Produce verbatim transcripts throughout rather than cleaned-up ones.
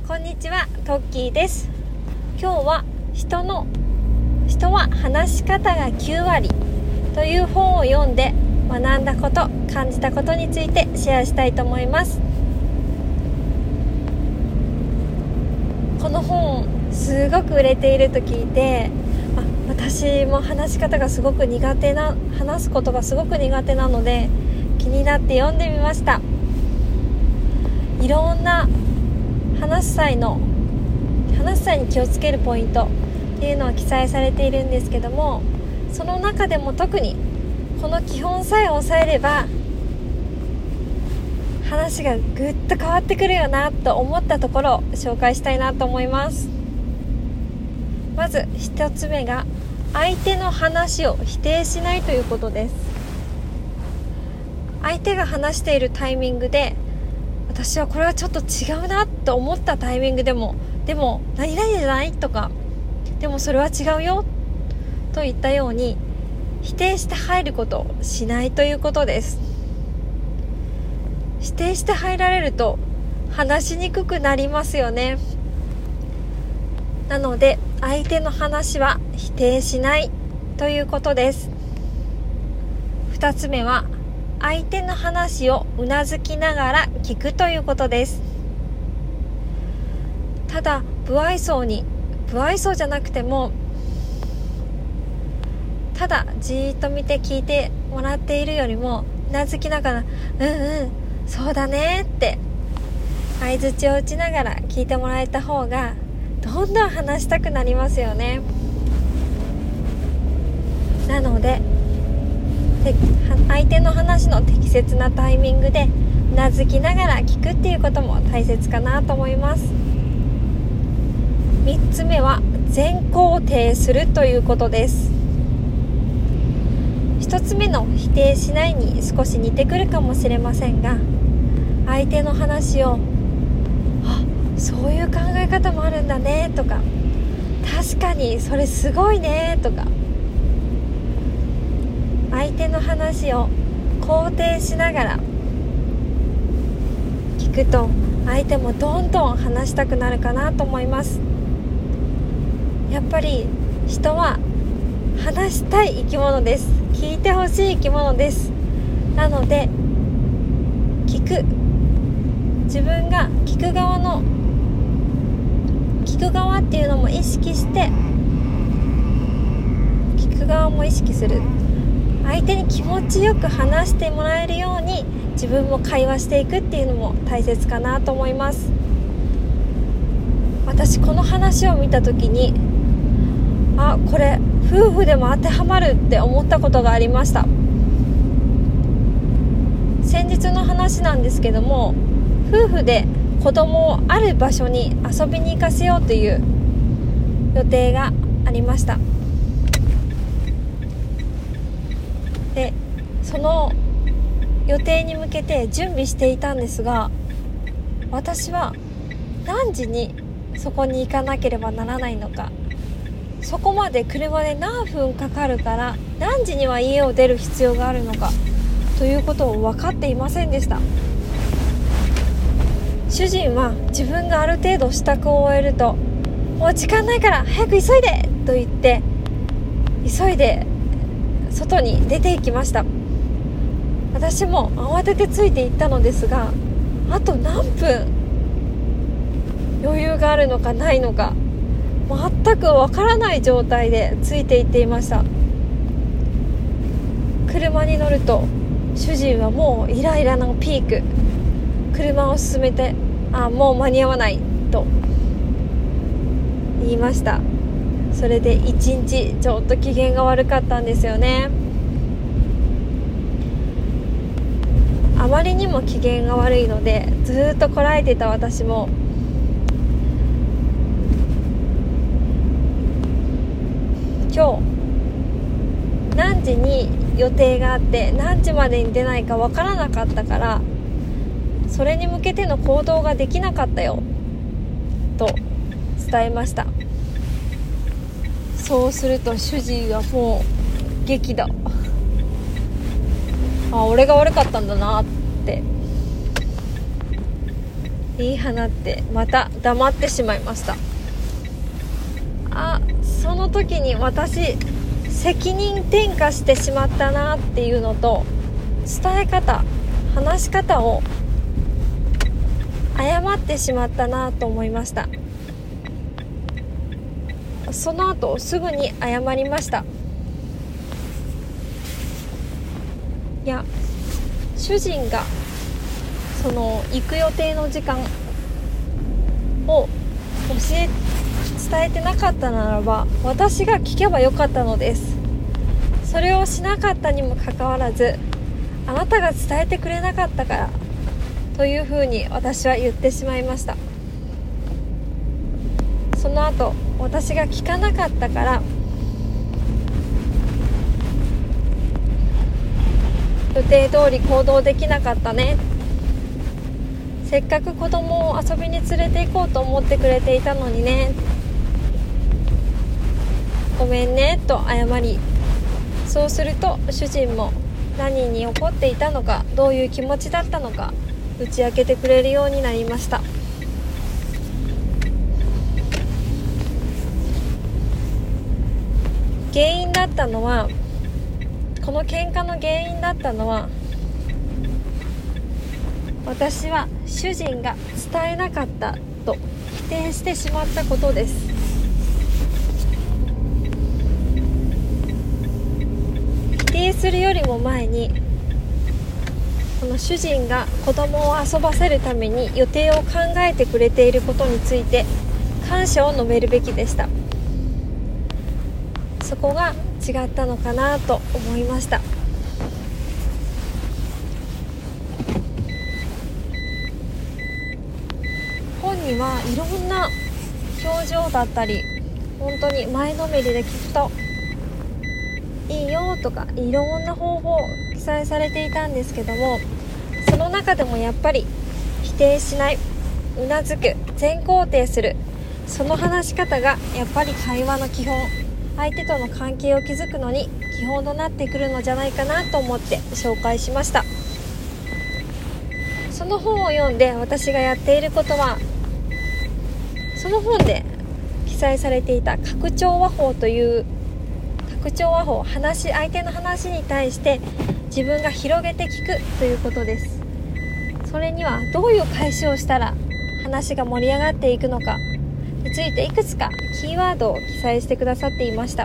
こんにちは、トッキーです。今日は人の人は話し方がきゅうわりという本を読んで学んだこと、感じたことについてシェアしたいと思います。この本すごく売れていると聞いて、あ、私も話し方がすごく苦手な話すことがすごく苦手なので気になって読んでみました。いろんな話す際の話す際に気をつけるポイントっていうのは記載されているんですけども、その中でも特にこの基本さえ押さえれば話がぐっと変わってくるよなと思ったところを紹介したいなと思います。まず一つ目が相手の話を否定しないということです。相手が話しているタイミングで私はこれはちょっと違うなと思ったタイミングでもでも何々じゃないとかでもそれは違うよといったように否定して入ることをしないということです。否定して入られると話しにくくなりますよね。なので相手の話は否定しないということです。二つ目は相手の話をうなずきながら聞くということです。ただ不愛想に不愛想じゃなくてもただじーっと見て聞いてもらっているよりもうなずきながらうんうんそうだねって相槌を打ちながら聞いてもらえた方がどんどん話したくなりますよね。なので相手の話の適切なタイミングでうなずきながら聞くっていうことも大切かなと思います。みっつめは全肯定するということです。ひとつめの否定しないに少し似てくるかもしれませんが、相手の話をあ、そういう考え方もあるんだねとか確かにそれすごいねとか相手の話を肯定しながら聞くと相手もどんどん話したくなるかなと思います。やっぱり人は話したい生き物です。聞いてほしい生き物です。なので聞く自分が聞く側の聞く側っていうのも意識して聞く側も意識する。相手に気持ちよく話してもらえるように自分も会話していくっていうのも大切かなと思います。私この話を見た時にあ、これ夫婦でも当てはまるって思ったことがありました。先日の話なんですけども、夫婦で子供をある場所に遊びに行かせようという予定がありました。でその予定に向けて準備していたんですが、私は何時にそこに行かなければならないのか、そこまで車で何分かかるから何時には家を出る必要があるのかということを分かっていませんでした。主人は自分がある程度支度を終えるともう時間ないから早く急いでと言って急いで外に出て行きました。私も慌ててついて行ったのですが、あと何分余裕があるのかないのか全くわからない状態でついて行っていました。車に乗ると主人はもうイライラのピーク、車を進めてあ、もう間に合わないと言いました。それで一日ちょっと機嫌が悪かったんですよね。あまりにも機嫌が悪いのでずっとこらえてた私も今日何時に予定があって何時までに出ないかわからなかったからそれに向けての行動ができなかったよと伝えました。そうすると主人はもう激怒、あ、俺が悪かったんだなって言い放ってまた黙ってしまいました。あ、その時に私責任転嫁してしまったなっていうのと、伝え方、話し方を誤ってしまったなと思いました。その後すぐに謝りました。いや、主人がその行く予定の時間を教え伝えてなかったならば、私が聞けばよかったのです。それをしなかったにもかかわらず、あなたが伝えてくれなかったからというふうに私は言ってしまいました。その後、私が聞かなかったから予定通り行動できなかったね、せっかく子供を遊びに連れて行こうと思ってくれていたのにね、ごめんねと謝り、そうすると主人も何に怒っていたのか、どういう気持ちだったのか打ち明けてくれるようになりました。原因だったのはこの喧嘩の原因だったのは、私は主人が伝えなかったと否定してしまったことです。否定するよりも前に、この主人が子供を遊ばせるために予定を考えてくれていることについて感謝を述べるべきでした。そこが違ったのかなと思いました。本にはいろんな表情だったり、本当に前のめりで聞くといいよとかいろんな方法記載されていたんですけども、その中でもやっぱり否定しない、うなずく、全肯定する、その話し方がやっぱり会話の基本、相手との関係を築くのに基本となってくるのじゃないかなと思って紹介しました。その本を読んで私がやっていることは、その本で記載されていた拡張話法という拡張話法、話相手の話に対して自分が広げて聞くということです。それにはどういう返しをしたら話が盛り上がっていくのかについていくつかキーワードを記載してくださっていました。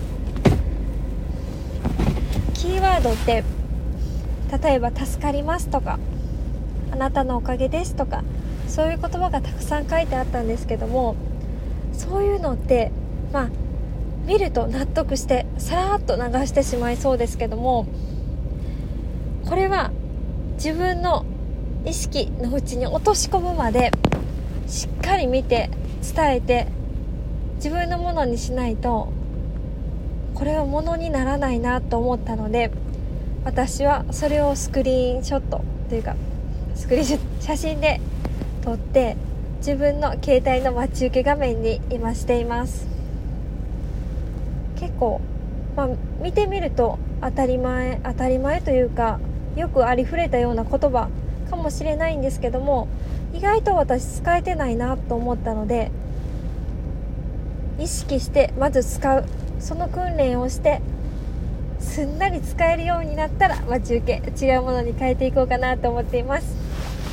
キーワードって例えば助かりますとかあなたのおかげですとか、そういう言葉がたくさん書いてあったんですけども、そういうのってまあ見ると納得してさらっと流してしまいそうですけども、これは自分の意識のうちに落とし込むまでしっかり見て伝えて自分のものにしないと、これはものにならないなと思ったので、私はそれをスクリーンショットというかスクリーンショット写真で撮って自分の携帯の待ち受け画面に今しています。結構、まあ、見てみると当たり前当たり前というかよくありふれたような言葉かもしれないんですけども、意外と私使えてないなと思ったので、意識してまず使う、その訓練をしてすんなり使えるようになったら待ち受け違うものに変えていこうかなと思っています。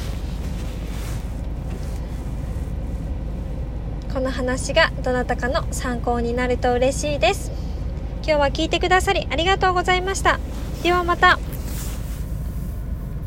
この話がどなたかの参考になると嬉しいです。今日は聞いてくださりありがとうございました。ではまた。